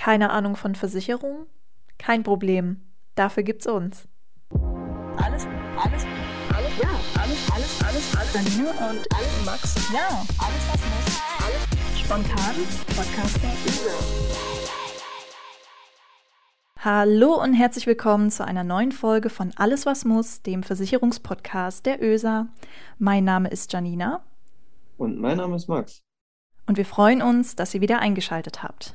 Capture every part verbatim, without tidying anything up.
Keine Ahnung von Versicherungen? Kein Problem. Dafür gibt's uns. Alles, alles, alles, ja, alles, alles, alles, alles. Janine und alles, Max. Ja, alles, was muss. Alles spontan. Podcaster. Hallo und herzlich willkommen zu einer neuen Folge von Alles, was muss, dem Versicherungspodcast der ÖSA. Mein Name ist Janina. Und mein Name ist Max. Und wir freuen uns, dass ihr wieder eingeschaltet habt.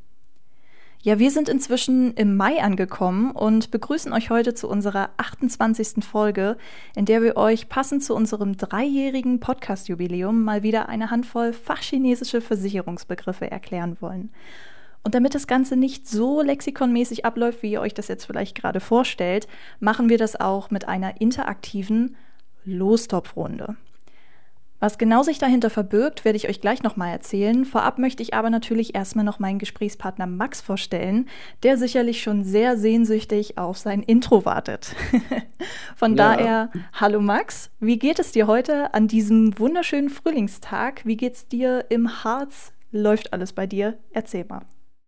Ja, wir sind inzwischen im Mai angekommen und begrüßen euch heute zu unserer achtundzwanzigsten Folge, in der wir euch passend zu unserem dreijährigen Podcast-Jubiläum mal wieder eine Handvoll fachchinesische Versicherungsbegriffe erklären wollen. Und damit das Ganze nicht so lexikonmäßig abläuft, wie ihr euch das jetzt vielleicht gerade vorstellt, machen wir das auch mit einer interaktiven Lostopfrunde. Was genau sich dahinter verbirgt, werde ich euch gleich nochmal erzählen. Vorab möchte ich aber natürlich erstmal noch meinen Gesprächspartner Max vorstellen, der sicherlich schon sehr sehnsüchtig auf sein Intro wartet. Von Ja. daher, hallo Max, wie geht es dir heute an diesem wunderschönen Frühlingstag? Wie geht's dir im Harz? Läuft alles bei dir? Erzähl mal.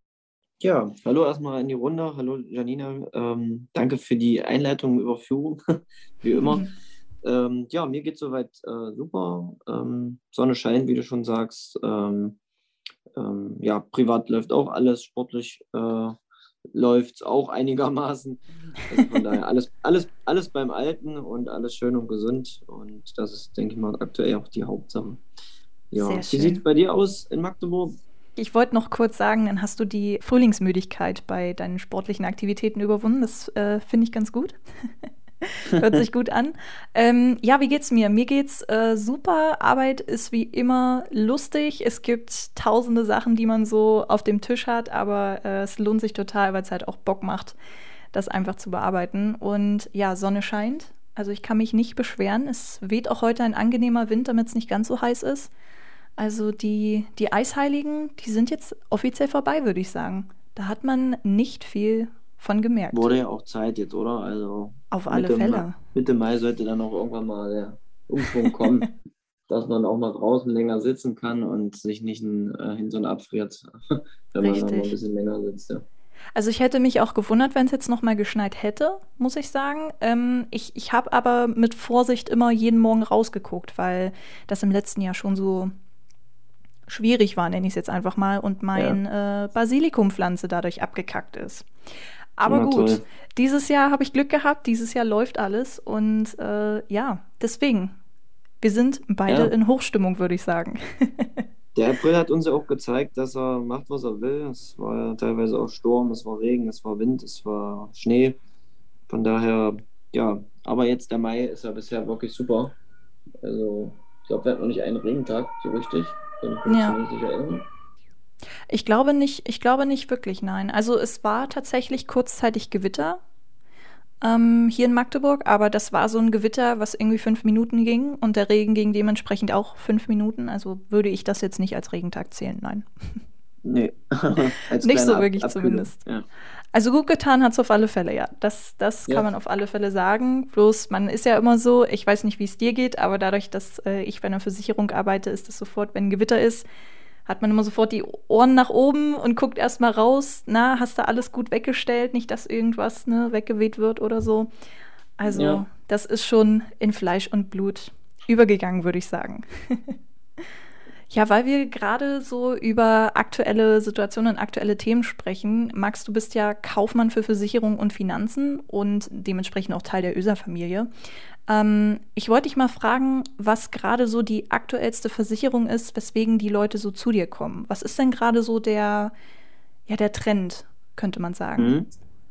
Ja, hallo erstmal in die Runde. Hallo Janina. Ähm, danke für die Einleitung und Überführung, wie immer. Ähm, ja, mir geht soweit äh, super. Ähm, Sonne scheint, wie du schon sagst. Ähm, ähm, ja, privat läuft auch alles. Sportlich äh, läuft es auch einigermaßen. Also von daher alles, alles, alles beim Alten und alles schön und gesund. Und das ist, denke ich mal, aktuell auch die Hauptsache. Ja, Sehr wie schön. sieht es bei dir aus in Magdeburg? Ich wollte noch kurz sagen, dann hast du die Frühlingsmüdigkeit bei deinen sportlichen Aktivitäten überwunden. Das äh, finde ich ganz gut. Hört sich gut an. Ähm, ja, wie geht's mir? Mir geht's äh, super. Arbeit ist wie immer lustig. Es gibt tausende Sachen, die man so auf dem Tisch hat, aber äh, es lohnt sich total, weil es halt auch Bock macht, das einfach zu bearbeiten. Und ja, Sonne scheint. Also ich kann mich nicht beschweren. Es weht auch heute ein angenehmer Wind, damit es nicht ganz so heiß ist. Also die, die Eisheiligen, die sind jetzt offiziell vorbei, würde ich sagen. Da hat man nicht viel von gemerkt. Wurde ja auch Zeit jetzt, oder? Also Auf alle Mitte, Fälle. Ma- Mitte Mai sollte dann auch irgendwann mal der Umschwung kommen, dass man auch mal draußen länger sitzen kann und sich nicht ein äh, Hintern abfriert, wenn man dann mal ein Richtig. bisschen länger sitzt. Ja. Also ich hätte mich auch gewundert, wenn es jetzt noch mal geschneit hätte, muss ich sagen. Ähm, ich ich habe aber mit Vorsicht immer jeden Morgen rausgeguckt, weil das im letzten Jahr schon so schwierig war, nenne ich es jetzt einfach mal, und mein äh, Basilikumpflanze dadurch abgekackt ist. Aber Na gut, toll. dieses Jahr habe ich Glück gehabt, dieses Jahr läuft alles und äh, ja, deswegen, wir sind beide Ja. in Hochstimmung, würde ich sagen. Der April hat uns ja auch gezeigt, dass er macht, was er will. Es war ja teilweise auch Sturm, es war Regen, es war Wind, es war Schnee. Von daher, ja, aber jetzt der Mai ist ja bisher wirklich super. Also, ich glaube, wir hatten noch nicht einen Regentag, so richtig. Kann ich mich Ja. zumindest nicht erinnern. Ich glaube nicht, ich glaube nicht wirklich, nein. Also es war tatsächlich kurzzeitig Gewitter ähm, hier in Magdeburg, aber das war so ein Gewitter, was irgendwie fünf Minuten ging und der Regen ging dementsprechend auch fünf Minuten. Also würde ich das jetzt nicht als Regentag zählen, nein. Nee, als Nicht so kleine Ab wirklich Abkühlung. zumindest. Ja. Also gut getan hat es auf alle Fälle, ja. Das, das Ja. kann man auf alle Fälle sagen. Bloß man ist ja immer so, ich weiß nicht, wie es dir geht, aber dadurch, dass äh, ich bei einer Versicherung arbeite, ist es sofort, wenn Gewitter ist, hat man immer sofort die Ohren nach oben und guckt erst mal raus, na, hast du alles gut weggestellt, nicht, dass irgendwas ne, weggeweht wird oder so. Also Ja. das ist schon in Fleisch und Blut übergegangen, würde ich sagen. Ja, weil wir gerade so über aktuelle Situationen und aktuelle Themen sprechen. Max, du bist ja Kaufmann für Versicherung und Finanzen und dementsprechend auch Teil der ÖSA-Familie. Ähm, ich wollte dich mal fragen, was gerade so die aktuellste Versicherung ist, weswegen die Leute so zu dir kommen. Was ist denn gerade so der, ja, der Trend, könnte man sagen? Mhm.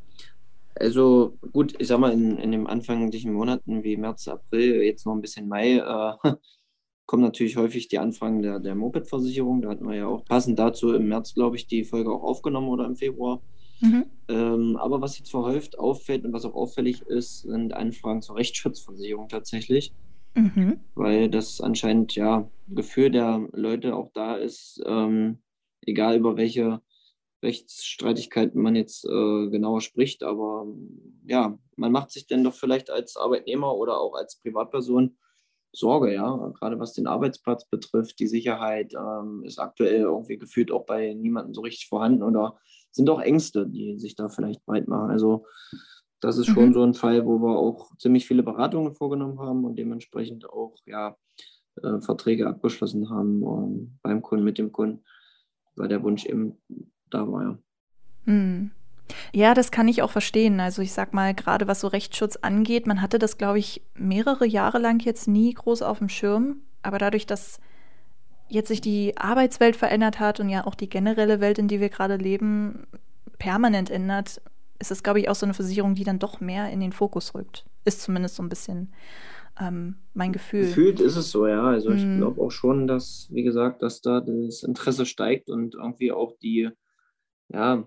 Also gut, ich sag mal, in, in den anfänglichen Monaten wie März, April, jetzt noch ein bisschen Mai, äh, kommen natürlich häufig die Anfragen der, der Moped-Versicherung. Da hatten wir ja auch passend dazu im März, glaube ich, die Folge auch aufgenommen oder im Februar. Mhm. Ähm, aber was jetzt verhäuft auffällt und was auch auffällig ist, sind Anfragen zur Rechtsschutzversicherung tatsächlich, Mhm. weil das anscheinend ja Gefühl der Leute auch da ist, ähm, egal über welche Rechtsstreitigkeiten man jetzt äh, genauer spricht, aber ja, man macht sich denn doch vielleicht als Arbeitnehmer oder auch als Privatperson Sorge, ja, gerade was den Arbeitsplatz betrifft. Die Sicherheit ähm, ist aktuell irgendwie gefühlt auch bei niemandem so richtig vorhanden oder sind auch Ängste, die sich da vielleicht breit machen. Also das ist schon mhm. so ein Fall, wo wir auch ziemlich viele Beratungen vorgenommen haben und dementsprechend auch ja, äh, Verträge abgeschlossen haben um, beim Kunden, mit dem Kunden, weil der Wunsch eben da war. Ja. Mhm. Ja, das kann ich auch verstehen. Also ich sag mal, gerade was so Rechtsschutz angeht, man hatte das, glaube ich, mehrere Jahre lang jetzt nie groß auf dem Schirm. Aber dadurch, dass jetzt sich die Arbeitswelt verändert hat und ja auch die generelle Welt, in die wir gerade leben, permanent ändert, ist das, glaube ich, auch so eine Versicherung, die dann doch mehr in den Fokus rückt. Ist zumindest so ein bisschen ähm, mein Gefühl. Gefühlt ist es so, ja. Also ich mm. glaube auch schon, dass, wie gesagt, dass da das Interesse steigt und irgendwie auch die, ja,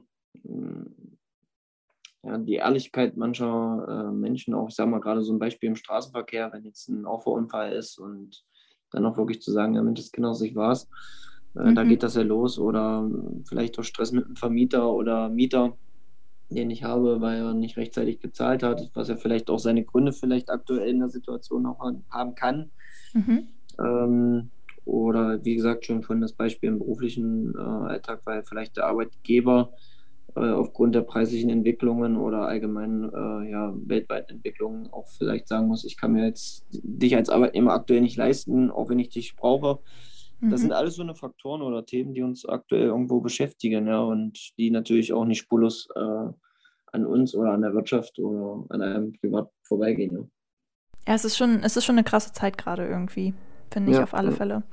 ja die Ehrlichkeit mancher äh, Menschen, auch, ich sage mal, gerade so ein Beispiel im Straßenverkehr, wenn jetzt ein Auffahrunfall ist und dann auch wirklich zu sagen, ja Mensch, das Kind aus sich war's, äh, mhm. da geht das ja los, oder vielleicht auch Stress mit einem Vermieter oder Mieter, den ich habe, weil er nicht rechtzeitig gezahlt hat, was er vielleicht auch seine Gründe vielleicht aktuell in der Situation auch haben kann. Mhm. Ähm, oder wie gesagt, schon von das Beispiel im beruflichen äh, Alltag, weil vielleicht der Arbeitgeber äh, aufgrund der preislichen Entwicklungen oder allgemeinen äh, ja, weltweiten Entwicklungen auch vielleicht sagen muss, ich kann mir jetzt dich als Arbeitnehmer aktuell nicht leisten, auch wenn ich dich brauche. Mhm. Das sind alles so eine Faktoren oder Themen, die uns aktuell irgendwo beschäftigen, ja, und die natürlich auch nicht spurlos äh, an uns oder an der Wirtschaft oder an einem Privat vorbeigehen. Ja, ja es ist schon, es ist schon eine krasse Zeit gerade irgendwie, finde ich, ja, auf alle ja. Fälle.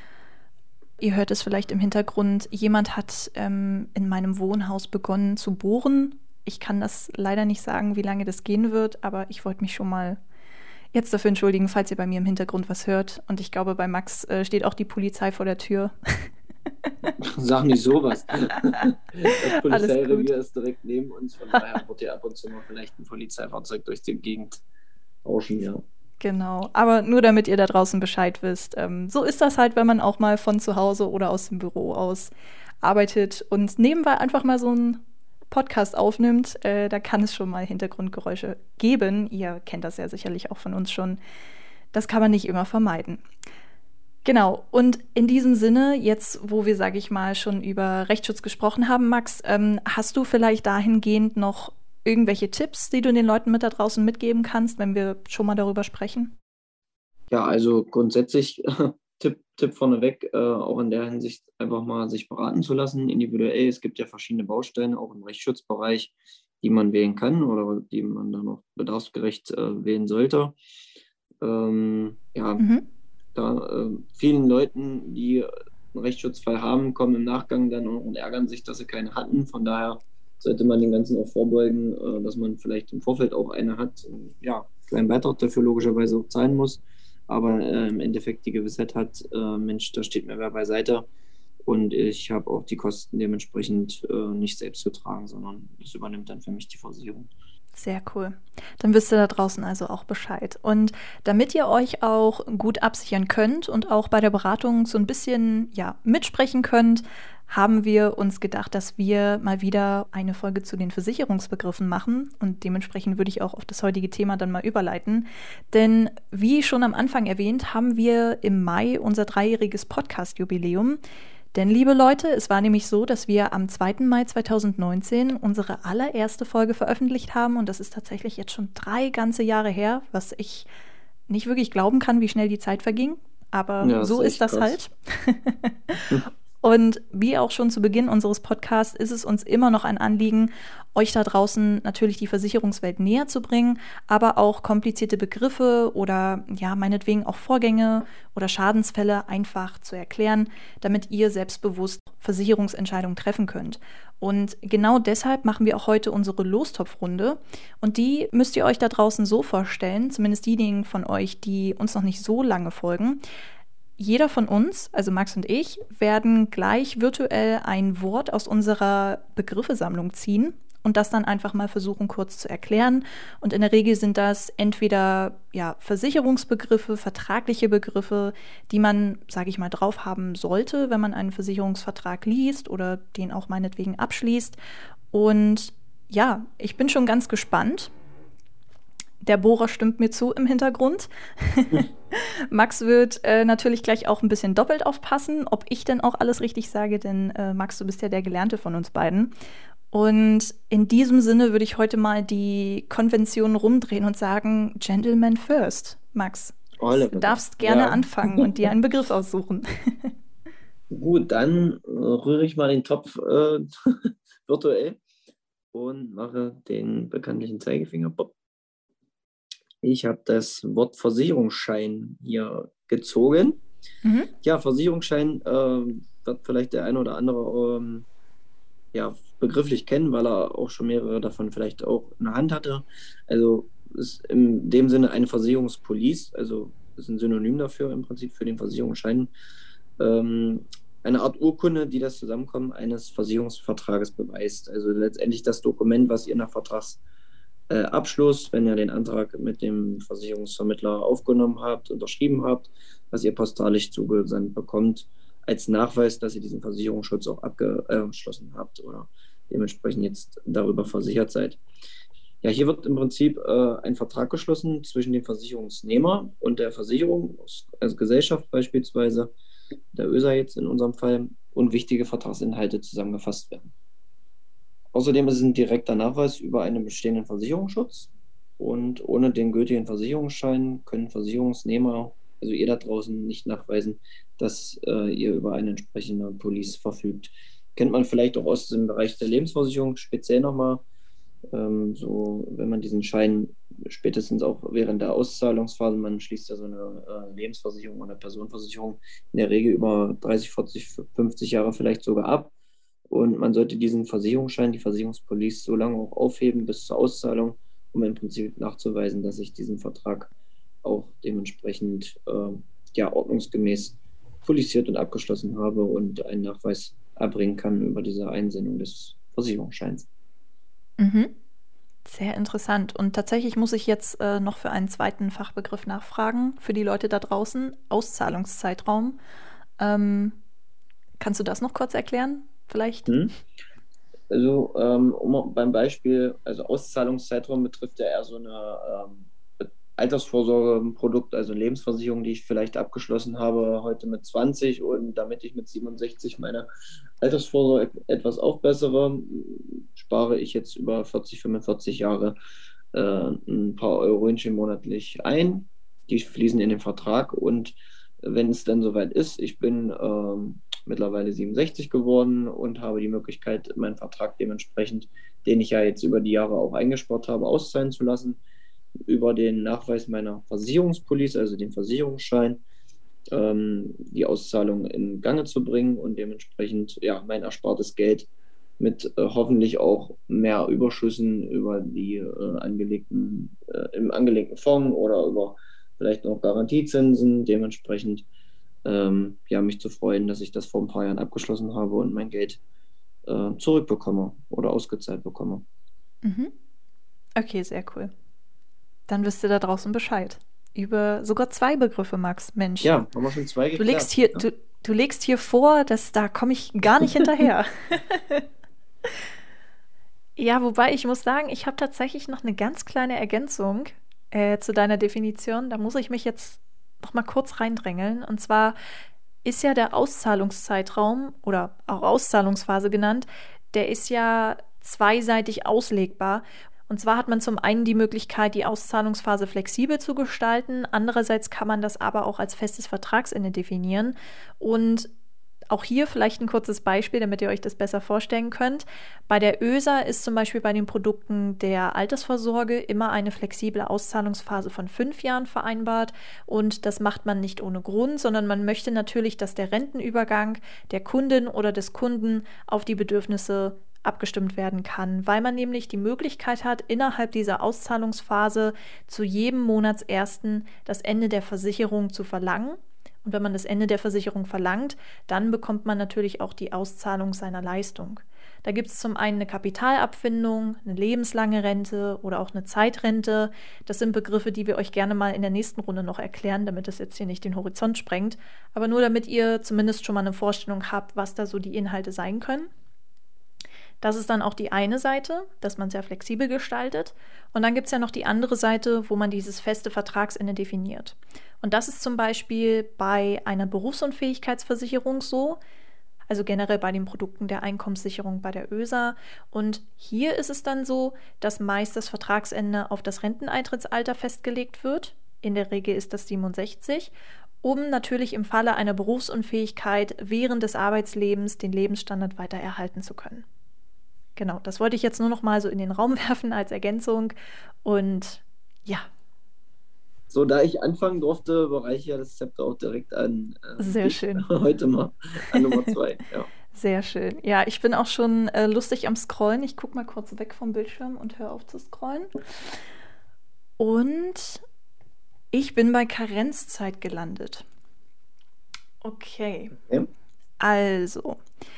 Ihr hört es vielleicht im Hintergrund, jemand hat ähm, in meinem Wohnhaus begonnen zu bohren. Ich kann das leider nicht sagen, wie lange das gehen wird, aber ich wollte mich schon mal jetzt dafür entschuldigen, falls ihr bei mir im Hintergrund was hört. Und ich glaube, bei Max äh, steht auch die Polizei vor der Tür. Sag nicht sowas. Das Polizeirevier ist direkt neben uns, von daher wird hier ab und zu mal vielleicht ein Polizeifahrzeug durch die Gegend rauschen, ja. Genau, aber nur damit ihr da draußen Bescheid wisst. Ähm, so ist das halt, wenn man auch mal von zu Hause oder aus dem Büro aus arbeitet und nebenbei einfach mal so einen Podcast aufnimmt. Äh, da kann es schon mal Hintergrundgeräusche geben. Ihr kennt das ja sicherlich auch von uns schon. Das kann man nicht immer vermeiden. Genau, und in diesem Sinne, jetzt wo wir, sage ich mal, schon über Rechtsschutz gesprochen haben, Max, ähm, hast du vielleicht dahingehend noch irgendwelche Tipps, die du den Leuten mit da draußen mitgeben kannst, wenn wir schon mal darüber sprechen? Ja, also grundsätzlich Tipp, Tipp vorneweg, äh, auch in der Hinsicht einfach mal sich beraten zu lassen, individuell. Es gibt ja verschiedene Baustellen, auch im Rechtsschutzbereich, die man wählen kann oder die man dann auch bedarfsgerecht äh, wählen sollte. Ähm, ja, mhm. da äh, vielen Leuten, die einen Rechtsschutzfall haben, kommen im Nachgang dann auch und ärgern sich, dass sie keine hatten. Von daher sollte man dem Ganzen auch vorbeugen, äh, dass man vielleicht im Vorfeld auch eine hat. Ja, kleinen Beitrag dafür logischerweise auch zahlen muss, aber äh, im Endeffekt die Gewissheit hat, äh, Mensch, da steht mir wer beiseite und ich habe auch die Kosten dementsprechend äh, nicht selbst zu tragen, sondern das übernimmt dann für mich die Versicherung. Sehr cool. Dann wisst ihr da draußen also auch Bescheid. Und damit ihr euch auch gut absichern könnt und auch bei der Beratung so ein bisschen ja, mitsprechen könnt, haben wir uns gedacht, dass wir mal wieder eine Folge zu den Versicherungsbegriffen machen. Und dementsprechend würde ich auch auf das heutige Thema dann mal überleiten. Denn wie schon am Anfang erwähnt, haben wir im Mai unser dreijähriges Podcast-Jubiläum. Denn, liebe Leute, es war nämlich so, dass wir am zweiten Mai zweitausendneunzehn unsere allererste Folge veröffentlicht haben. Und das ist tatsächlich jetzt schon drei ganze Jahre her, was ich nicht wirklich glauben kann, wie schnell die Zeit verging. Aber ja, so ist, ist das krass. Halt. Und wie auch schon zu Beginn unseres Podcasts ist es uns immer noch ein Anliegen, euch da draußen natürlich die Versicherungswelt näher zu bringen, aber auch komplizierte Begriffe oder ja meinetwegen auch Vorgänge oder Schadensfälle einfach zu erklären, damit ihr selbstbewusst Versicherungsentscheidungen treffen könnt. Und genau deshalb machen wir auch heute unsere Lostopfrunde. Und die müsst ihr euch da draußen so vorstellen, zumindest diejenigen von euch, die uns noch nicht so lange folgen. Jeder von uns, also Max und ich, werden gleich virtuell ein Wort aus unserer Begriffesammlung ziehen und das dann einfach mal versuchen, kurz zu erklären. Und in der Regel sind das entweder ja, Versicherungsbegriffe, vertragliche Begriffe, die man, sage ich mal, drauf haben sollte, wenn man einen Versicherungsvertrag liest oder den auch meinetwegen abschließt. Und ja, ich bin schon ganz gespannt. Der Bohrer stimmt mir zu im Hintergrund. Max wird äh, natürlich gleich auch ein bisschen doppelt aufpassen, ob ich denn auch alles richtig sage, denn äh, Max, du bist ja der Gelernte von uns beiden. Und in diesem Sinne würde ich heute mal die Konvention rumdrehen und sagen, Gentleman first, Max. Olle, Du darfst gerne ja. anfangen und dir einen Begriff aussuchen. Gut, dann äh, rühre ich mal den Topf äh, virtuell und mache den bekanntlichen Zeigefinger. Pop. Ich habe das Wort Versicherungsschein hier gezogen. Mhm. Ja, Versicherungsschein äh, wird vielleicht der eine oder andere ähm, ja, begrifflich kennen, weil er auch schon mehrere davon vielleicht auch in der Hand hatte. Also ist in dem Sinne eine Versicherungspolice, also ist ein Synonym dafür im Prinzip für den Versicherungsschein. Ähm, eine Art Urkunde, die das Zusammenkommen eines Versicherungsvertrages beweist. Also letztendlich das Dokument, was ihr nach Vertragsabschluss, wenn ihr den Antrag mit dem Versicherungsvermittler aufgenommen habt, unterschrieben habt, was ihr postalisch zugesandt bekommt, als Nachweis, dass ihr diesen Versicherungsschutz auch abgeschlossen habt oder dementsprechend jetzt darüber versichert seid. Ja, hier wird im Prinzip äh, ein Vertrag geschlossen zwischen dem Versicherungsnehmer und der Versicherung, also Gesellschaft beispielsweise, der Ö S A jetzt in unserem Fall, und wichtige Vertragsinhalte zusammengefasst werden. Außerdem ist es ein direkter Nachweis über einen bestehenden Versicherungsschutz und ohne den gültigen Versicherungsschein können Versicherungsnehmer, also ihr da draußen, nicht nachweisen, dass äh, ihr über eine entsprechende Police verfügt. Kennt man vielleicht auch aus dem Bereich der Lebensversicherung speziell nochmal. Ähm, so, wenn man diesen Schein spätestens auch während der Auszahlungsphase, man schließt ja so eine äh, Lebensversicherung oder Personenversicherung in der Regel über dreißig, vierzig, fünfzig Jahre vielleicht sogar ab. Und man sollte diesen Versicherungsschein, die Versicherungspolice, so lange auch aufheben bis zur Auszahlung, um im Prinzip nachzuweisen, dass ich diesen Vertrag auch dementsprechend äh, ja, ordnungsgemäß polisiert und abgeschlossen habe und einen Nachweis erbringen kann über diese Einsendung des Versicherungsscheins. Mhm. Sehr interessant. Und tatsächlich muss ich jetzt äh, noch für einen zweiten Fachbegriff nachfragen, für die Leute da draußen. Auszahlungszeitraum. Ähm, kannst du das noch kurz erklären, vielleicht? Hm. Also ähm, um, beim Beispiel, also Auszahlungszeitraum betrifft ja eher so eine ähm, Altersvorsorgeprodukt, also Lebensversicherung, die ich vielleicht abgeschlossen habe heute mit zwanzig, und damit ich mit siebenundsechzig meine Altersvorsorge etwas aufbessere, spare ich jetzt über vierzig, fünfundvierzig Jahre äh, ein paar Eurönchen monatlich ein. Die fließen in den Vertrag, und wenn es dann soweit ist, ich bin ähm, mittlerweile siebenundsechzig geworden und habe die Möglichkeit, meinen Vertrag dementsprechend, den ich ja jetzt über die Jahre auch eingespart habe, auszahlen zu lassen, über den Nachweis meiner Versicherungspolice, also den Versicherungsschein, ähm, die Auszahlung in Gange zu bringen und dementsprechend ja, mein erspartes Geld mit äh, hoffentlich auch mehr Überschüssen über die äh, angelegten, äh, im angelegten Fonds oder über vielleicht noch Garantiezinsen, dementsprechend ähm, ja, mich zu freuen, dass ich das vor ein paar Jahren abgeschlossen habe und mein Geld äh, zurückbekomme oder ausgezahlt bekomme. Mhm. Okay, sehr cool. Dann wisst ihr da draußen Bescheid. Über sogar zwei Begriffe, Max. Mensch. Ja, haben wir schon zwei geklärt. Du legst hier, ja. du, du legst hier vor, dass da komme ich gar nicht hinterher. Ja, wobei ich muss sagen, ich habe tatsächlich noch eine ganz kleine Ergänzung äh, zu deiner Definition. Da muss ich mich jetzt noch mal kurz reindrängeln. Und zwar ist ja der Auszahlungszeitraum oder auch Auszahlungsphase genannt, der ist ja zweiseitig auslegbar. Und zwar hat man zum einen die Möglichkeit, die Auszahlungsphase flexibel zu gestalten. Andererseits kann man das aber auch als festes Vertragsende definieren. Und auch hier vielleicht ein kurzes Beispiel, damit ihr euch das besser vorstellen könnt. Bei der Ö S A ist zum Beispiel bei den Produkten der Altersvorsorge immer eine flexible Auszahlungsphase von fünf Jahren vereinbart. Und das macht man nicht ohne Grund, sondern man möchte natürlich, dass der Rentenübergang der Kundin oder des Kunden auf die Bedürfnisse abgestimmt werden kann, weil man nämlich die Möglichkeit hat, innerhalb dieser Auszahlungsphase zu jedem Monatsersten das Ende der Versicherung zu verlangen. Und wenn man das Ende der Versicherung verlangt, dann bekommt man natürlich auch die Auszahlung seiner Leistung. Da gibt es zum einen eine Kapitalabfindung, eine lebenslange Rente oder auch eine Zeitrente. Das sind Begriffe, die wir euch gerne mal in der nächsten Runde noch erklären, damit das jetzt hier nicht den Horizont sprengt. Aber nur damit ihr zumindest schon mal eine Vorstellung habt, was da so die Inhalte sein können. Das ist dann auch die eine Seite, dass man sehr flexibel gestaltet. Und dann gibt es ja noch die andere Seite, wo man dieses feste Vertragsende definiert. Und das ist zum Beispiel bei einer Berufsunfähigkeitsversicherung so. also generell bei den Produkten der Einkommenssicherung bei der Ö S A. Und hier ist es dann so, dass meist das Vertragsende auf das Renteneintrittsalter festgelegt wird. In der Regel ist das siebenundsechzig, um natürlich im Falle einer Berufsunfähigkeit während des Arbeitslebens den Lebensstandard weiter erhalten zu können. Genau, das wollte ich jetzt nur noch mal so in den Raum werfen als Ergänzung. Und ja. So, da ich anfangen durfte, bereiche ich ja das Zepter auch direkt an. Äh, Sehr ich, schön. Heute mal an Nummer zwei. Ja. Sehr schön. Ja, ich bin auch schon äh, lustig am Scrollen. Ich gucke mal kurz weg vom Bildschirm und höre auf zu scrollen. Und ich bin bei Karenzzeit gelandet. Okay. okay. Also.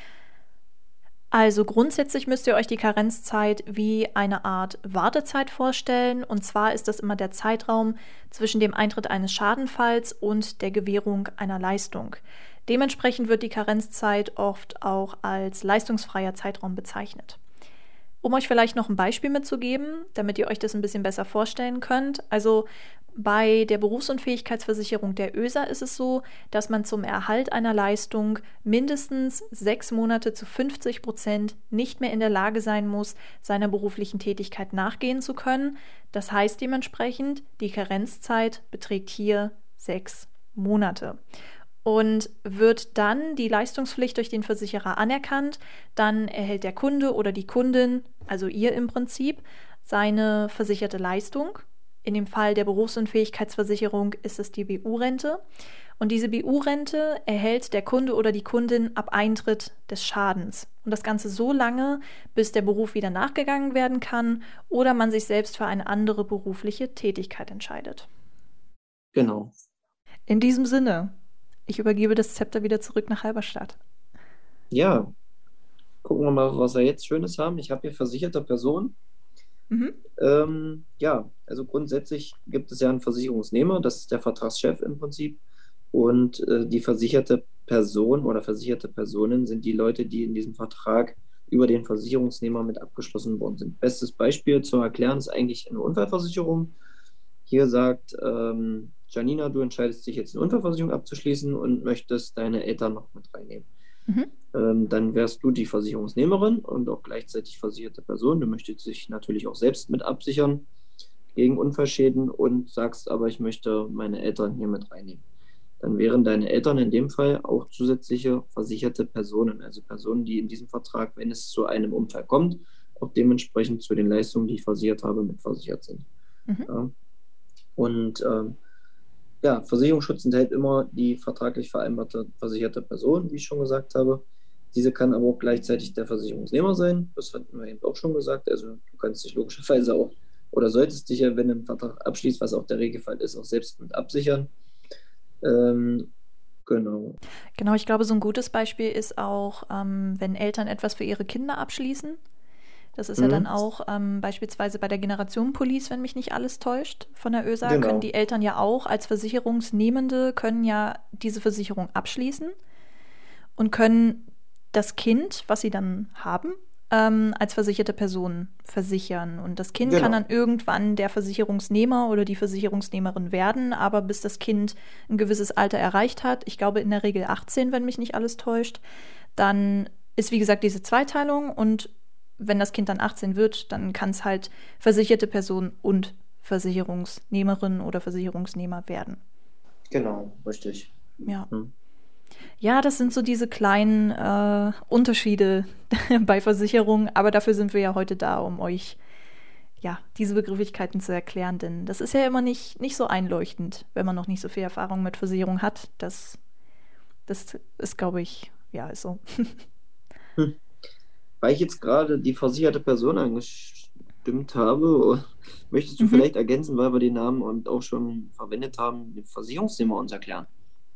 Also grundsätzlich müsst ihr euch die Karenzzeit wie eine Art Wartezeit vorstellen. Und zwar ist das immer der Zeitraum zwischen dem Eintritt eines Schadenfalls und der Gewährung einer Leistung. Dementsprechend wird die Karenzzeit oft auch als leistungsfreier Zeitraum bezeichnet. Um euch vielleicht noch ein Beispiel mitzugeben, damit ihr euch das ein bisschen besser vorstellen könnt. Also bei der Berufsunfähigkeitsversicherung der Ö S A ist es so, dass man zum Erhalt einer Leistung mindestens sechs Monate zu fünfzig Prozent nicht mehr in der Lage sein muss, seiner beruflichen Tätigkeit nachgehen zu können. Das heißt dementsprechend, die Karenzzeit beträgt hier sechs Monate. Und wird dann die Leistungspflicht durch den Versicherer anerkannt, dann erhält der Kunde oder die Kundin, also ihr im Prinzip, seine versicherte Leistung. In dem Fall der Berufsunfähigkeitsversicherung ist es die B U-Rente. Und diese B U-Rente erhält der Kunde oder die Kundin ab Eintritt des Schadens. Und das Ganze so lange, bis der Beruf wieder nachgegangen werden kann oder man sich selbst für eine andere berufliche Tätigkeit entscheidet. Genau. In diesem Sinne, ich übergebe das Zepter wieder zurück nach Halberstadt. Ja, gucken wir mal, was wir jetzt Schönes haben. Ich habe hier versicherte Personen. Mhm. Ähm, ja, also grundsätzlich gibt es ja einen Versicherungsnehmer, das ist der Vertragschef im Prinzip. Und äh, die versicherte Person oder versicherte Personen sind die Leute, die in diesem Vertrag über den Versicherungsnehmer mit abgeschlossen worden sind. Bestes Beispiel zu erklären ist eigentlich eine Unfallversicherung. Hier sagt ähm, Janina, du entscheidest dich jetzt eine Unfallversicherung abzuschließen und möchtest deine Eltern noch mit reinnehmen. Mhm. Ähm, dann wärst du die Versicherungsnehmerin und auch gleichzeitig versicherte Person. Du möchtest dich natürlich auch selbst mit absichern gegen Unfallschäden und sagst aber, ich möchte meine Eltern hier mit reinnehmen. Dann wären deine Eltern in dem Fall auch zusätzliche versicherte Personen, also Personen, die in diesem Vertrag, wenn es zu einem Unfall kommt, auch dementsprechend zu den Leistungen, die ich versichert habe, mitversichert sind. Mhm. Ja. Und ähm, ja, Versicherungsschutz enthält immer die vertraglich vereinbarte versicherte Person, wie ich schon gesagt habe. Diese kann aber auch gleichzeitig der Versicherungsnehmer sein. Das hatten wir eben auch schon gesagt. Also du kannst dich logischerweise auch oder solltest dich ja, wenn du einen Vertrag abschließt, was auch der Regelfall ist, auch selbst mit absichern. Ähm, genau. Genau, ich glaube, so ein gutes Beispiel ist auch, ähm, wenn Eltern etwas für ihre Kinder abschließen. Das ist mhm. ja dann auch ähm, beispielsweise bei der Generation Police, wenn mich nicht alles täuscht, von der Ö S A, genau. Können die Eltern ja auch als Versicherungsnehmende, können ja diese Versicherung abschließen und können das Kind, was sie dann haben, ähm, als versicherte Person versichern. Und das Kind genau. kann dann irgendwann der Versicherungsnehmer oder die Versicherungsnehmerin werden, aber bis das Kind ein gewisses Alter erreicht hat, ich glaube in der Regel achtzehn, wenn mich nicht alles täuscht, dann ist wie gesagt diese Zweiteilung und wenn das Kind dann achtzehn wird, dann kann es halt versicherte Person und Versicherungsnehmerin oder Versicherungsnehmer werden. Genau, richtig. Ja. Hm. Ja, das sind so diese kleinen äh, Unterschiede bei Versicherungen, aber dafür sind wir ja heute da, um euch ja, diese Begrifflichkeiten zu erklären, denn das ist ja immer nicht, nicht so einleuchtend, wenn man noch nicht so viel Erfahrung mit Versicherung hat. Das, das ist, glaube ich, ja, ist so. Hm. Weil ich jetzt gerade die versicherte Person angestimmt habe, möchtest du mhm. vielleicht ergänzen, weil wir den Namen und auch schon verwendet haben, den Versicherungsnehmer uns erklären?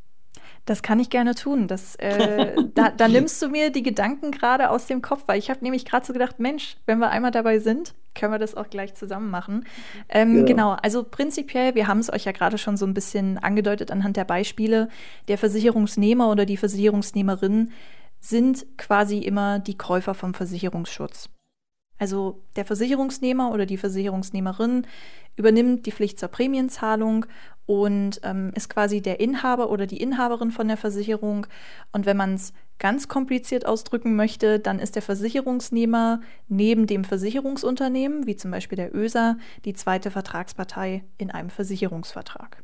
Das kann ich gerne tun. Das, äh, da, da nimmst du mir die Gedanken gerade aus dem Kopf, weil ich habe nämlich gerade so gedacht, Mensch, wenn wir einmal dabei sind, können wir das auch gleich zusammen machen. Ähm, ja. Genau, also prinzipiell, wir haben es euch ja gerade schon so ein bisschen angedeutet anhand der Beispiele, der Versicherungsnehmer oder die Versicherungsnehmerin sind quasi immer die Käufer vom Versicherungsschutz. Also der Versicherungsnehmer oder die Versicherungsnehmerin übernimmt die Pflicht zur Prämienzahlung und ähm, ist quasi der Inhaber oder die Inhaberin von der Versicherung. Und wenn man es ganz kompliziert ausdrücken möchte, dann ist der Versicherungsnehmer neben dem Versicherungsunternehmen, wie zum Beispiel der Ö S A, die zweite Vertragspartei in einem Versicherungsvertrag.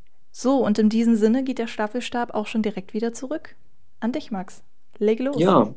So, und in diesem Sinne geht der Staffelstab auch schon direkt wieder zurück. An dich, Max. Leg los. Ja,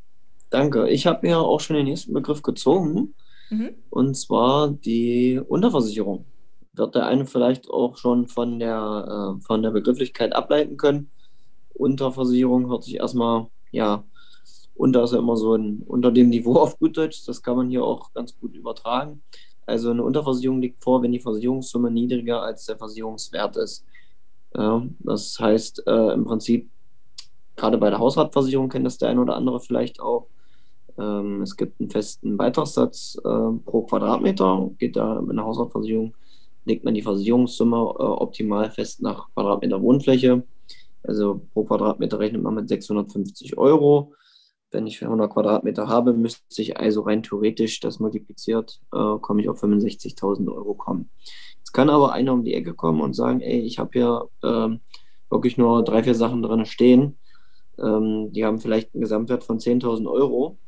danke. Ich habe mir auch schon den nächsten Begriff gezogen, mhm. und zwar die Unterversicherung. Wird der eine vielleicht auch schon von der, äh, von der Begrifflichkeit ableiten können. Unterversicherung hört sich erstmal, ja, unter ist ja immer so ein unter dem Niveau auf gut Deutsch, das kann man hier auch ganz gut übertragen. Also eine Unterversicherung liegt vor, wenn die Versicherungssumme niedriger als der Versicherungswert ist. Ja, das heißt äh, im Prinzip, gerade bei der Hausratversicherung kennt das der eine oder andere vielleicht auch. Ähm, es gibt einen festen Beitragssatz äh, pro Quadratmeter. Geht da mit einer Hausratversicherung, legt man die Versicherungssumme äh, optimal fest nach Quadratmeter Wohnfläche. Also pro Quadratmeter rechnet man mit sechshundertfünfzig Euro. Wenn ich hundert Quadratmeter habe, müsste ich also rein theoretisch das multipliziert, äh, komme ich auf fünfundsechzigtausend Euro kommen. Jetzt kann aber einer um die Ecke kommen und sagen, ey, ich habe hier äh, wirklich nur drei, vier Sachen drin stehen. Ähm, die haben vielleicht einen Gesamtwert von zehntausend Euro.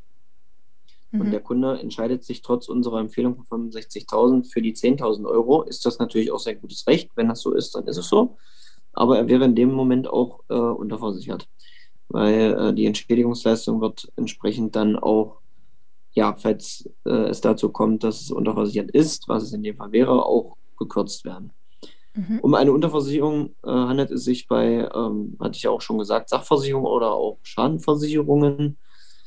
Mhm. Und der Kunde entscheidet sich trotz unserer Empfehlung von fünfundsechzigtausend für die zehntausend Euro. Ist das natürlich auch sein gutes Recht. Wenn das so ist, dann ist es so. Aber er wäre in dem Moment auch äh, unterversichert. Weil äh, die Entschädigungsleistung wird entsprechend dann auch, ja, falls äh, es dazu kommt, dass es unterversichert ist, was es in dem Fall wäre, auch gekürzt werden. Mhm. Um eine Unterversicherung äh, handelt es sich bei, ähm, hatte ich ja auch schon gesagt, Sachversicherung oder auch Schadenversicherungen,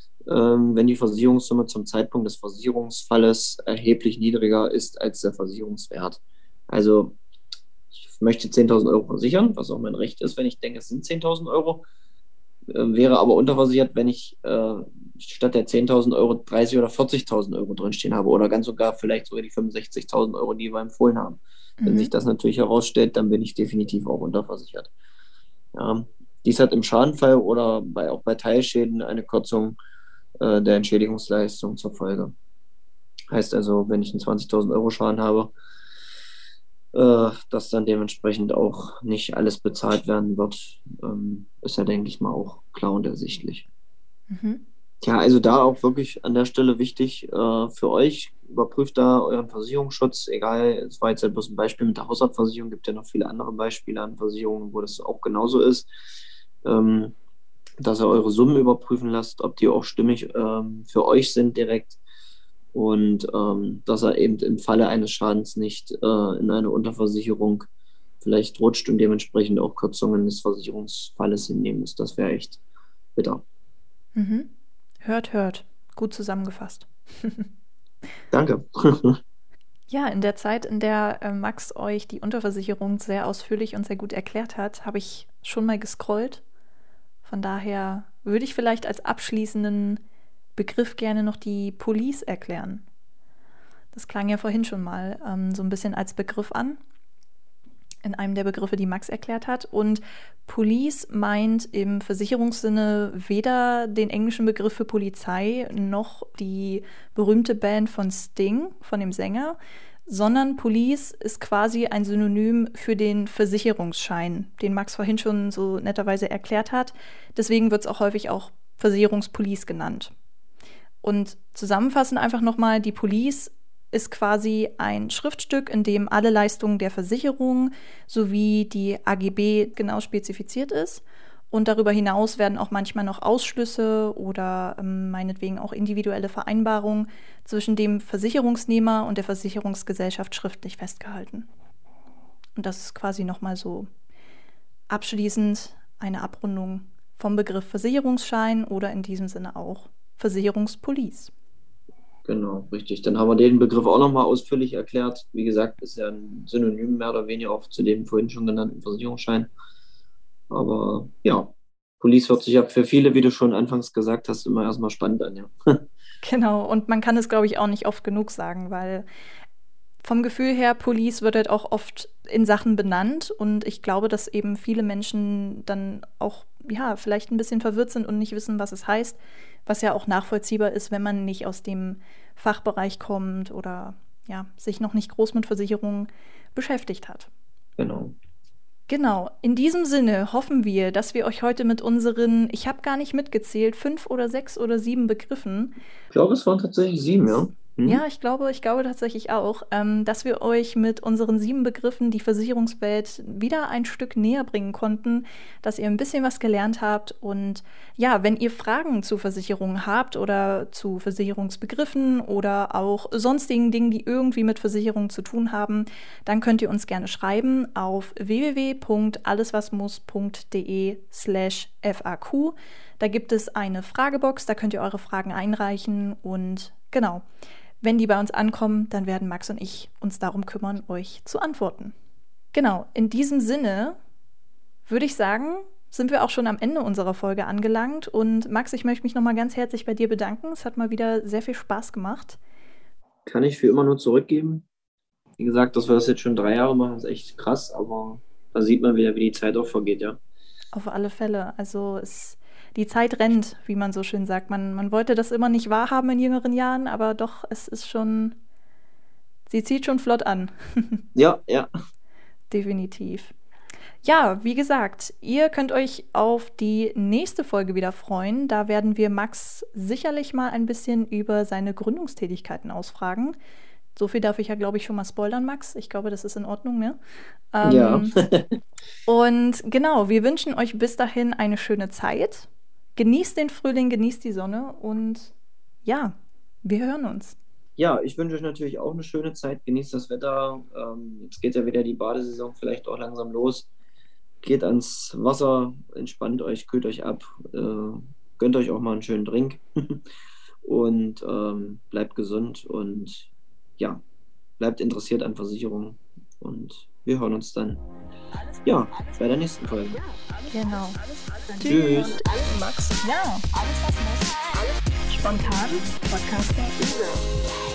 ähm, wenn die Versicherungssumme zum Zeitpunkt des Versicherungsfalles erheblich niedriger ist als der Versicherungswert. Also ich möchte zehntausend Euro versichern, was auch mein Recht ist, wenn ich denke, es sind zehntausend Euro, äh, wäre aber unterversichert, wenn ich äh, statt der zehntausend Euro dreißig oder vierzigtausend Euro drinstehen habe oder ganz sogar vielleicht sogar die fünfundsechzigtausend Euro, die wir empfohlen haben. Mhm. Wenn sich das natürlich herausstellt, dann bin ich definitiv auch unterversichert. Ja, dies hat im Schadenfall oder bei, auch bei Teilschäden eine Kürzung äh, der Entschädigungsleistung zur Folge. Heißt also, wenn ich einen zwanzigtausend Euro Schaden habe, äh, dass dann dementsprechend auch nicht alles bezahlt werden wird, ähm, ist ja, denke ich mal, auch klar und ersichtlich. Mhm. Ja, also da auch wirklich an der Stelle wichtig äh, für euch, überprüft da euren Versicherungsschutz, egal, es war jetzt halt bloß ein Beispiel mit der Hausratversicherung, gibt ja noch viele andere Beispiele an Versicherungen, wo das auch genauso ist, ähm, dass ihr eure Summen überprüfen lasst, ob die auch stimmig ähm, für euch sind direkt und ähm, dass er eben im Falle eines Schadens nicht äh, in eine Unterversicherung vielleicht rutscht und dementsprechend auch Kürzungen des Versicherungsfalles hinnehmen muss. Das wäre echt bitter. Mhm. Hört, hört. Gut zusammengefasst. Danke. Ja, in der Zeit, in der äh, Max euch die Unterversicherung sehr ausführlich und sehr gut erklärt hat, habe ich schon mal gescrollt. Von daher würde ich vielleicht als abschließenden Begriff gerne noch die Police erklären. Das klang ja vorhin schon mal ähm, so ein bisschen als Begriff an, in einem der Begriffe, die Max erklärt hat. Und Police meint im Versicherungssinne weder den englischen Begriff für Polizei noch die berühmte Band von Sting, von dem Sänger, sondern Police ist quasi ein Synonym für den Versicherungsschein, den Max vorhin schon so netterweise erklärt hat. Deswegen wird es auch häufig auch Versicherungspolice genannt. Und zusammenfassend einfach nochmal, die Police ist quasi ein Schriftstück, in dem alle Leistungen der Versicherung sowie die A G B genau spezifiziert ist. Und darüber hinaus werden auch manchmal noch Ausschlüsse oder ähm, meinetwegen auch individuelle Vereinbarungen zwischen dem Versicherungsnehmer und der Versicherungsgesellschaft schriftlich festgehalten. Und das ist quasi nochmal so abschließend eine Abrundung vom Begriff Versicherungsschein oder in diesem Sinne auch Versicherungspolice. Genau, richtig. Dann haben wir den Begriff auch nochmal ausführlich erklärt. Wie gesagt, ist ja ein Synonym mehr oder weniger auch zu dem vorhin schon genannten Versicherungsschein. Aber ja, Police hört sich ja für viele, wie du schon anfangs gesagt hast, immer erstmal spannend an, ja. Genau, und man kann es, glaube ich, auch nicht oft genug sagen, weil vom Gefühl her, Police wird halt auch oft in Sachen benannt und ich glaube, dass eben viele Menschen dann auch, ja, vielleicht ein bisschen verwirrt sind und nicht wissen, was es heißt, Was ja auch nachvollziehbar ist, wenn man nicht aus dem Fachbereich kommt oder ja, sich noch nicht groß mit Versicherungen beschäftigt hat. Genau. Genau, in diesem Sinne hoffen wir, dass wir euch heute mit unseren, ich habe gar nicht mitgezählt, fünf oder sechs oder sieben Begriffen. Ich glaube, es waren tatsächlich sieben, ja. Hm? Ja, ich glaube, ich glaube tatsächlich auch, ähm, dass wir euch mit unseren sieben Begriffen die Versicherungswelt wieder ein Stück näher bringen konnten, dass ihr ein bisschen was gelernt habt. Und ja, wenn ihr Fragen zu Versicherungen habt oder zu Versicherungsbegriffen oder auch sonstigen Dingen, die irgendwie mit Versicherungen zu tun haben, dann könnt ihr uns gerne schreiben auf w w w punkt alleswasmuss punkt d e slash f a q. Da gibt es eine Fragebox, da könnt ihr eure Fragen einreichen und genau. Wenn die bei uns ankommen, dann werden Max und ich uns darum kümmern, euch zu antworten. Genau, in diesem Sinne würde ich sagen, sind wir auch schon am Ende unserer Folge angelangt. Und Max, ich möchte mich nochmal ganz herzlich bei dir bedanken. Es hat mal wieder sehr viel Spaß gemacht. Kann ich für immer nur zurückgeben. Wie gesagt, dass wir das jetzt schon drei Jahre machen, ist echt krass, aber da sieht man wieder, wie die Zeit auch vergeht, ja. Auf alle Fälle. Also es Die Zeit rennt, wie man so schön sagt. Man, man wollte das immer nicht wahrhaben in jüngeren Jahren, aber doch, es ist schon, sie zieht schon flott an. Ja, ja. Definitiv. Ja, wie gesagt, ihr könnt euch auf die nächste Folge wieder freuen. Da werden wir Max sicherlich mal ein bisschen über seine Gründungstätigkeiten ausfragen. So viel darf ich ja, glaube ich, schon mal spoilern, Max. Ich glaube, das ist in Ordnung, ne? Ähm, ja. Und genau, wir wünschen euch bis dahin eine schöne Zeit. Genießt den Frühling, genießt die Sonne und ja, wir hören uns. Ja, ich wünsche euch natürlich auch eine schöne Zeit. Genießt das Wetter. Ähm, jetzt geht ja wieder die Badesaison vielleicht auch langsam los. Geht ans Wasser, entspannt euch, kühlt euch ab, äh, gönnt euch auch mal einen schönen Drink und ähm, bleibt gesund und ja, bleibt interessiert an Versicherungen und wir hören uns dann ja, bei der nächsten Folge. Genau. Tschüss. Max, ja, alles was muss. Alles spontan. Podcaster.